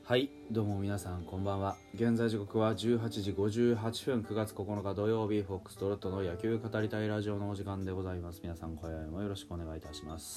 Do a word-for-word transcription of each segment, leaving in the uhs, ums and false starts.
はい、どうも皆さんこんばんは。現在時刻はじゅうはちじごじゅうはっぷん、くがつここのか土曜日、フォックストロットの野球語りたいラジオのお時間でございます。皆さん今宵もよろしくお願いいたします。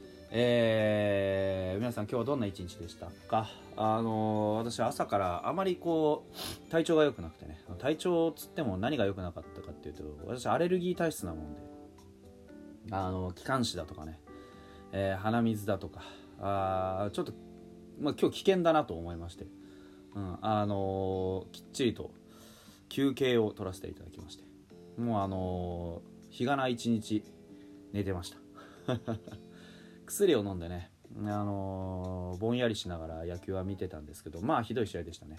えー、皆さん今日はどんな一日でしたか？あのー、私は朝からあまりこう体調が良くなくてね、体調つっても何が良くなかったかっていうと、私アレルギー体質なもんで、あの気管支だとかね、えー、鼻水だとか、あちょっとまあ、今日危険だなと思いまして、うんあのー、きっちりと休憩を取らせていただきまして、もうあのー、日がない一日寝てました薬を飲んでね、あのー、ぼんやりしながら野球は見てたんですけど、まあひどい試合でしたね。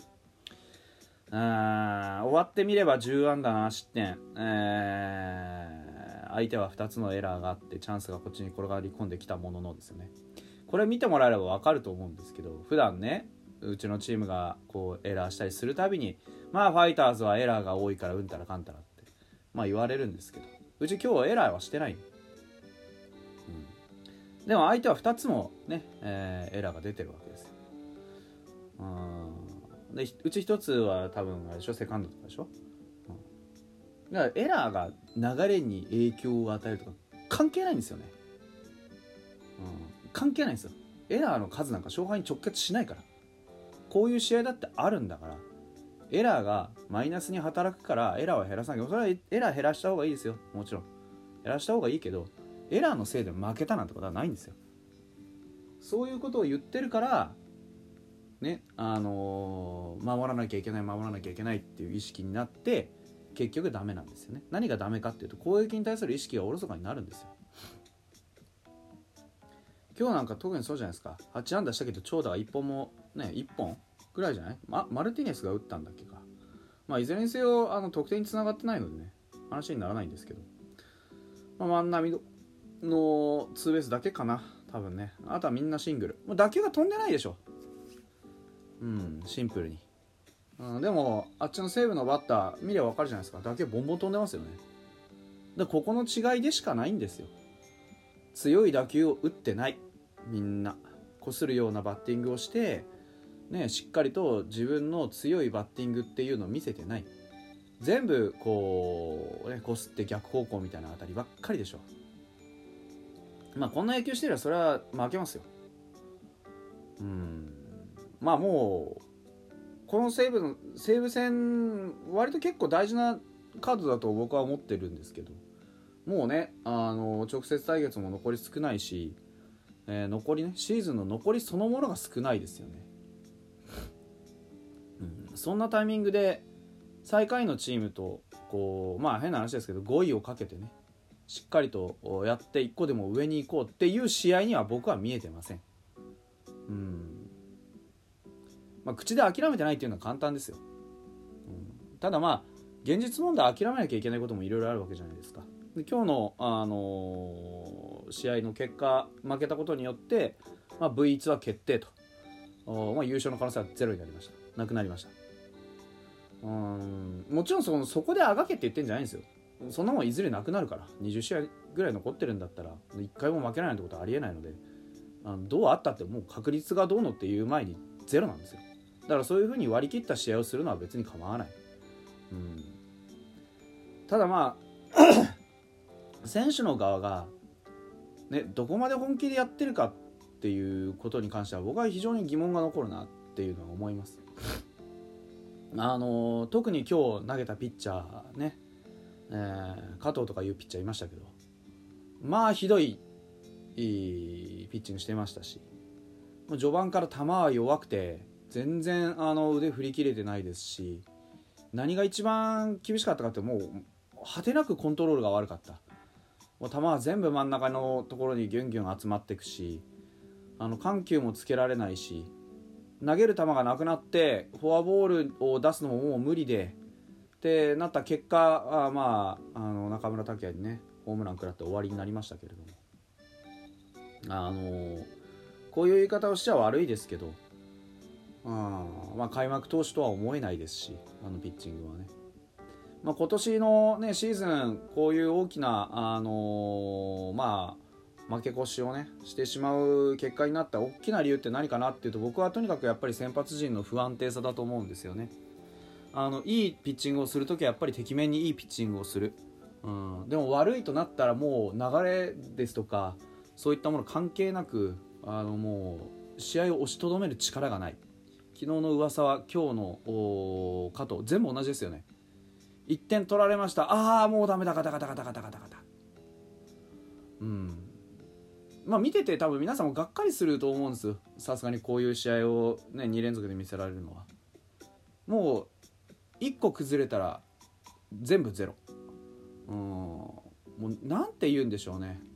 あ終わってみればじゅうあんだななしってん、えー、相手はふたつのエラーがあってチャンスがこっちに転がり込んできたもののですよね。これ見てもらえれば分かると思うんですけど、普段ねうちのチームがこうエラーしたりするたびに、まあファイターズはエラーが多いからうんたらかんたらってまあ言われるんですけど、うち今日エラーはしてない、うん、でも相手はふたつもね、えー、エラーが出てるわけですよ。うんでうちひとつは多分あれでしょ、セカンドとかでしょ、うん、だからエラーが流れに影響を与えるとか関係ないんですよね、うん関係ないんですよ。エラーの数なんか勝敗に直結しないから。こういう試合だってあるんだから、エラーがマイナスに働くからエラーは減らさなきゃ、それはエラー減らした方がいいですよ、もちろん減らした方がいいけど、エラーのせいで負けたなんてことはないんですよ。そういうことを言ってるからね、あのー、守らなきゃいけない守らなきゃいけないっていう意識になって結局ダメなんですよね。何がダメかっていうと、攻撃に対する意識がおろそかになるんですよ。今日なんか特にそうじゃないですか。はちあんだしたけど長打がいっぽんもね、いっぽんぐらいじゃない、ま、マルティネスが打ったんだっけか。まあいずれにせよあの得点につながってないのでね話にならないんですけど、まあ、万波のツーベースだけかな多分ね。あとはみんなシングル。もう打球が飛んでないでしょ。うんシンプルに、うん、でもあっちの西武のバッター見れば分かるじゃないですか。打球ボンボン飛んでますよね。でここの違いでしかないんですよ。強い打球を打ってない、みんな擦るようなバッティングをして、ね、しっかりと自分の強いバッティングっていうのを見せてない。全部こう、ね、擦って逆方向みたいな当たりばっかりでしょ。まあこんな野球してればそれは負けますよ。うんまあもうこの西武の西武戦割と結構大事なカードだと僕は思ってるんですけど、もうねあの直接対決も残り少ないし、えー、残りねシーズンの残りそのものが少ないですよね、うん、そんなタイミングで最下位のチームとこうまあ変な話ですけどごいをかけてねしっかりとやっていっこでも上に行こうっていう試合には僕は見えてません。うんまあ、口で諦めてないっていうのは簡単ですよ、うん、ただまあ現実問題諦めなきゃいけないこともいろいろあるわけじゃないですか。で今日の、あのー、試合の結果負けたことによって、まあ、ブイワン は決定と、まあ、優勝の可能性はゼロになりました。なくなりました。うんもちろんそのそこであがけって言ってんじゃないんですよ。そんなもんいずれなくなるから。にじゅうしあいぐらい残ってるんだったらいっかいも負けないってことはありえないので、あのどうあったってもう確率がどうのっていう前にゼロなんですよ。だからそういう風に割り切った試合をするのは別に構わない。うんただまあ選手の側が、ね、どこまで本気でやってるかっていうことに関しては僕は非常に疑問が残るなっていうのは思います。あの特に今日投げたピッチャーね、えー、加藤とかいうピッチャーいましたけど、まあひどいいいピッチングしてましたし、序盤から球は弱くて全然あの腕振り切れてないですし、何が一番厳しかったかってもう果てなくコントロールが悪かった。もう球は全部真ん中のところにギュンギュン集まっていくし、あの緩急もつけられないし、投げる球がなくなってフォアボールを出すのももう無理でってなった結果、あまあ、あの中村剛也にねホームラン食らって終わりになりましたけれども、あのこういう言い方をしちゃ悪いですけど、あまあ開幕投手とは思えないですし、あのピッチングはね、まあ、今年の、ね、シーズンこういう大きな、あのー、まあ負け越しをねしてしまう結果になった大きな理由って何かなっていうと、僕はとにかくやっぱり先発陣の不安定さだと思うんですよね。あのいいピッチングをするときはやっぱりてきめんにいいピッチングをする、うん、でも悪いとなったらもう流れですとかそういったもの関係なく、あのもう試合を押しとどめる力がない。昨日の噂は今日の加藤全部同じですよね。いってん取られました、ああもうダメだガタガタガタガタガタガタ、うんまあ見てて多分皆さんもがっかりすると思うんですよ。さすがにこういう試合を、ね、に連続で見せられるのは。もういっこ崩れたら全部ゼロ、うんもうなんて言うんでしょうね、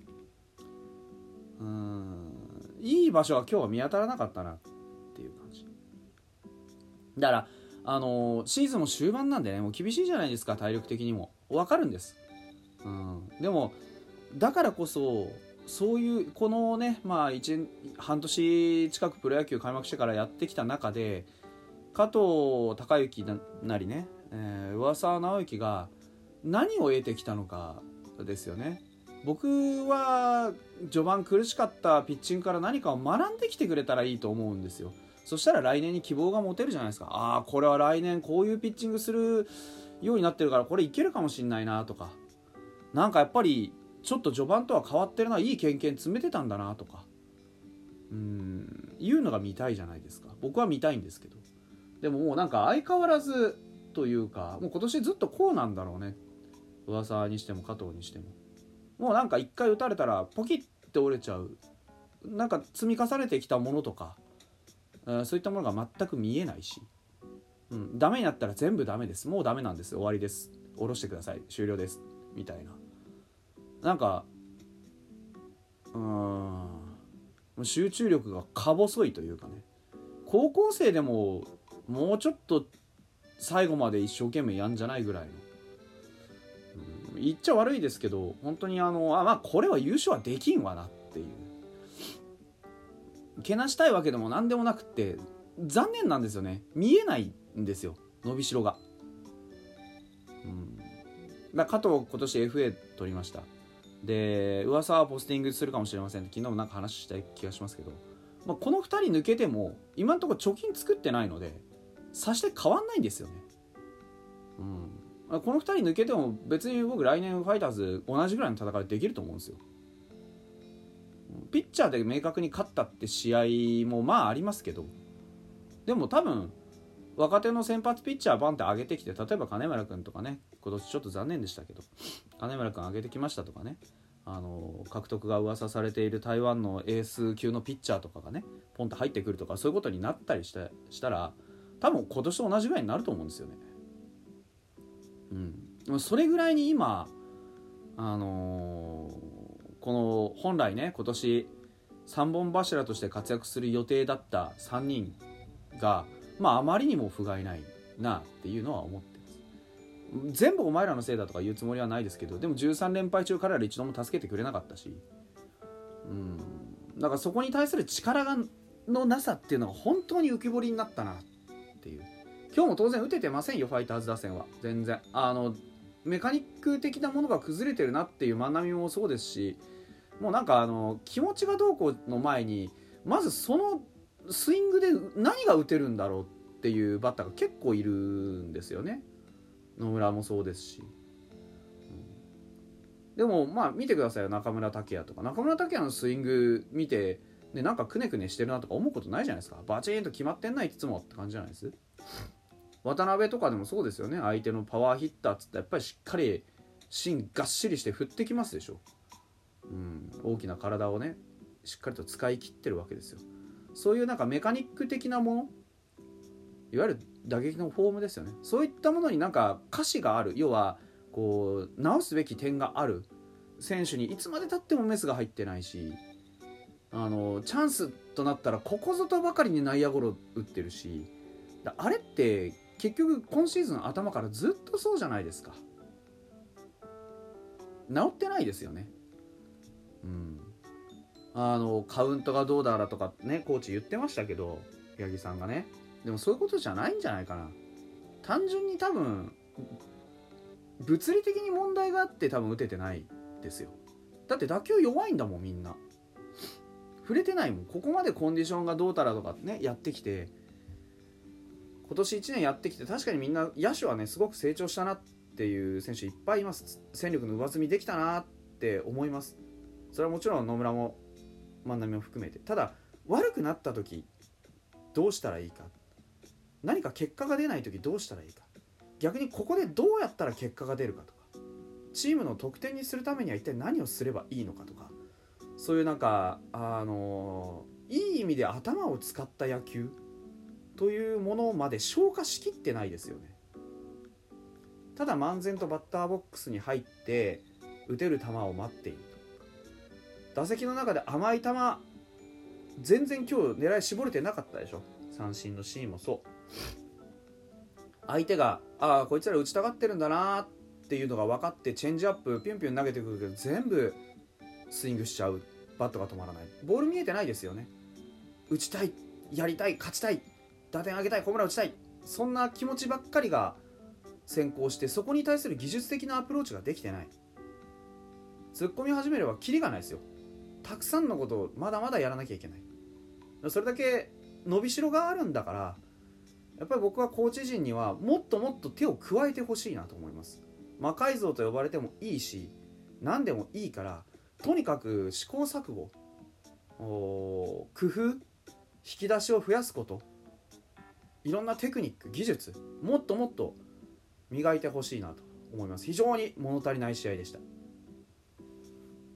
うんいい場所は今日は見当たらなかったなっていう感じだから、あのー、シーズンも終盤なんでね、もう厳しいじゃないですか、体力的にも分かるんです、うん、でもだからこそそういうこのね、まあ一半年近くプロ野球開幕してからやってきた中で加藤貴之なりね、えー、上沢直之が何を得てきたのかですよね。僕は序盤苦しかったピッチングから何かを学んできてくれたらいいと思うんですよ。そしたら来年に希望が持てるじゃないですか。ああこれは来年こういうピッチングするようになってるからこれいけるかもしんないなとか、なんかやっぱりちょっと序盤とは変わってるな、いい経験詰めてたんだなとか、うーんいうのが見たいじゃないですか。僕は見たいんですけど、でももうなんか相変わらずというか、もう今年ずっとこうなんだろうね。上沢にしても加藤にしても、もうなんか一回打たれたらポキッて折れちゃう、なんか積み重ねてきたものとか、そういったものが全く見えないし、うん、ダメになったら全部ダメです、もうダメなんです、終わりです、下ろしてください、終了ですみたいな、なんかうーん集中力がか細いというかね、高校生でももうちょっと最後まで一生懸命やんじゃないぐらいの、うん、言っちゃ悪いですけど本当にあのあまあこれは優勝はできんわなっていう、けなしたいわけでも何でもなくって残念なんですよね。見えないんですよ伸びしろが、うん、だ加藤今年 エフエー 取りました。で噂はポスティングするかもしれません、昨日もなんか話したい気がしますけど、まあ、このふたり抜けても今のところ貯金作ってないのでさして変わんないんですよね、うん、このふたり抜けても別に僕来年ファイターズ同じぐらいの戦いできると思うんですよ。ピッチャーで明確に勝ったって試合もまあありますけど、でも多分若手の先発ピッチャーバンって上げてきて、例えば金村君とかね、今年ちょっと残念でしたけど金村君上げてきましたとかね、あの獲得が噂されている台湾のエース級のピッチャーとかがねポンと入ってくるとか、そういうことになったりしたしたら多分今年と同じぐらいになると思うんですよね。うん、それぐらいに今あのーこの本来ね今年さんぼん柱として活躍する予定だったさんにんがまああまりにも不甲斐ないなっていうのは思ってます。全部お前らのせいだとか言うつもりはないですけど、でもじゅうさん連敗中彼ら一度も助けてくれなかったし、うん、だからそこに対する力がのなさっていうのが本当に浮き彫りになったなっていう。今日も当然打ててませんよファイターズ打線は。全然あのメカニック的なものが崩れてるなっていう万波もそうですし、もうなんかあの気持ちがどうこうの前にまずそのスイングで何が打てるんだろうっていうバッターが結構いるんですよね。野村もそうですし、うん、でもまあ見てくださいよ中村剛也とか。中村剛也のスイング見て、ね、なんかくねくねしてるなとか思うことないじゃないですか。バチーンと決まってんないいつもって感じじゃないです。渡辺とかでもそうですよね。相手のパワーヒッターっつったらやっぱりしっかり芯がっしりして振ってきますでしょ、うん、大きな体をねしっかりと使い切ってるわけですよ。そういうなんかメカニック的なもの、いわゆる打撃のフォームですよね。そういったものになんか瑕疵がある、要はこう直すべき点がある選手にいつまでたってもメスが入ってないし、あのチャンスとなったらここぞとばかりに内野ゴロ打ってるし、あれって結局今シーズン頭からずっとそうじゃないですか。治ってないですよね。うん、あのカウントがどうだらとかねコーチ言ってましたけど、八木さんがね、でもそういうことじゃないんじゃないかな。単純に多分物理的に問題があって多分打ててないですよ。だって打球弱いんだもんみんな。 触れてないもん。ここまでコンディションがどうたらとかねやってきて、今年いちねんやってきて、確かにみんな野手はねすごく成長したなっていう選手いっぱいいます。戦力の上積みできたなって思います。それはもちろん野村も万波も含めて。ただ悪くなった時どうしたらいいか、何か結果が出ない時どうしたらいいか、逆にここでどうやったら結果が出るかとか、チームの得点にするためには一体何をすればいいのかとか、そういうなんかあのいい意味で頭を使った野球というものまで消化しきってないですよね。ただ漫然とバッターボックスに入って打てる球を待っていると。打席の中で甘い球全然今日狙い絞れてなかったでしょ。三振のシーンもそう。相手がああこいつら打ちたがってるんだなっていうのが分かってチェンジアップピュンピュン投げてくるけど全部スイングしちゃう。バットが止まらない。ボール見えてないですよね。打ちたい、やりたい、勝ちたい、打点上げたい、ホームラン打ちたい、そんな気持ちばっかりが先行して、そこに対する技術的なアプローチができてない。突っ込み始めればキリがないですよ。たくさんのことをまだまだやらなきゃいけない。それだけ伸びしろがあるんだから、やっぱり僕はコーチ陣にはもっともっと手を加えてほしいなと思います。魔改造と呼ばれてもいいし何でもいいから、とにかく試行錯誤、工夫、引き出しを増やすこと、いろんなテクニック、技術もっともっと磨いてほしいなと思います。非常に物足りない試合でした。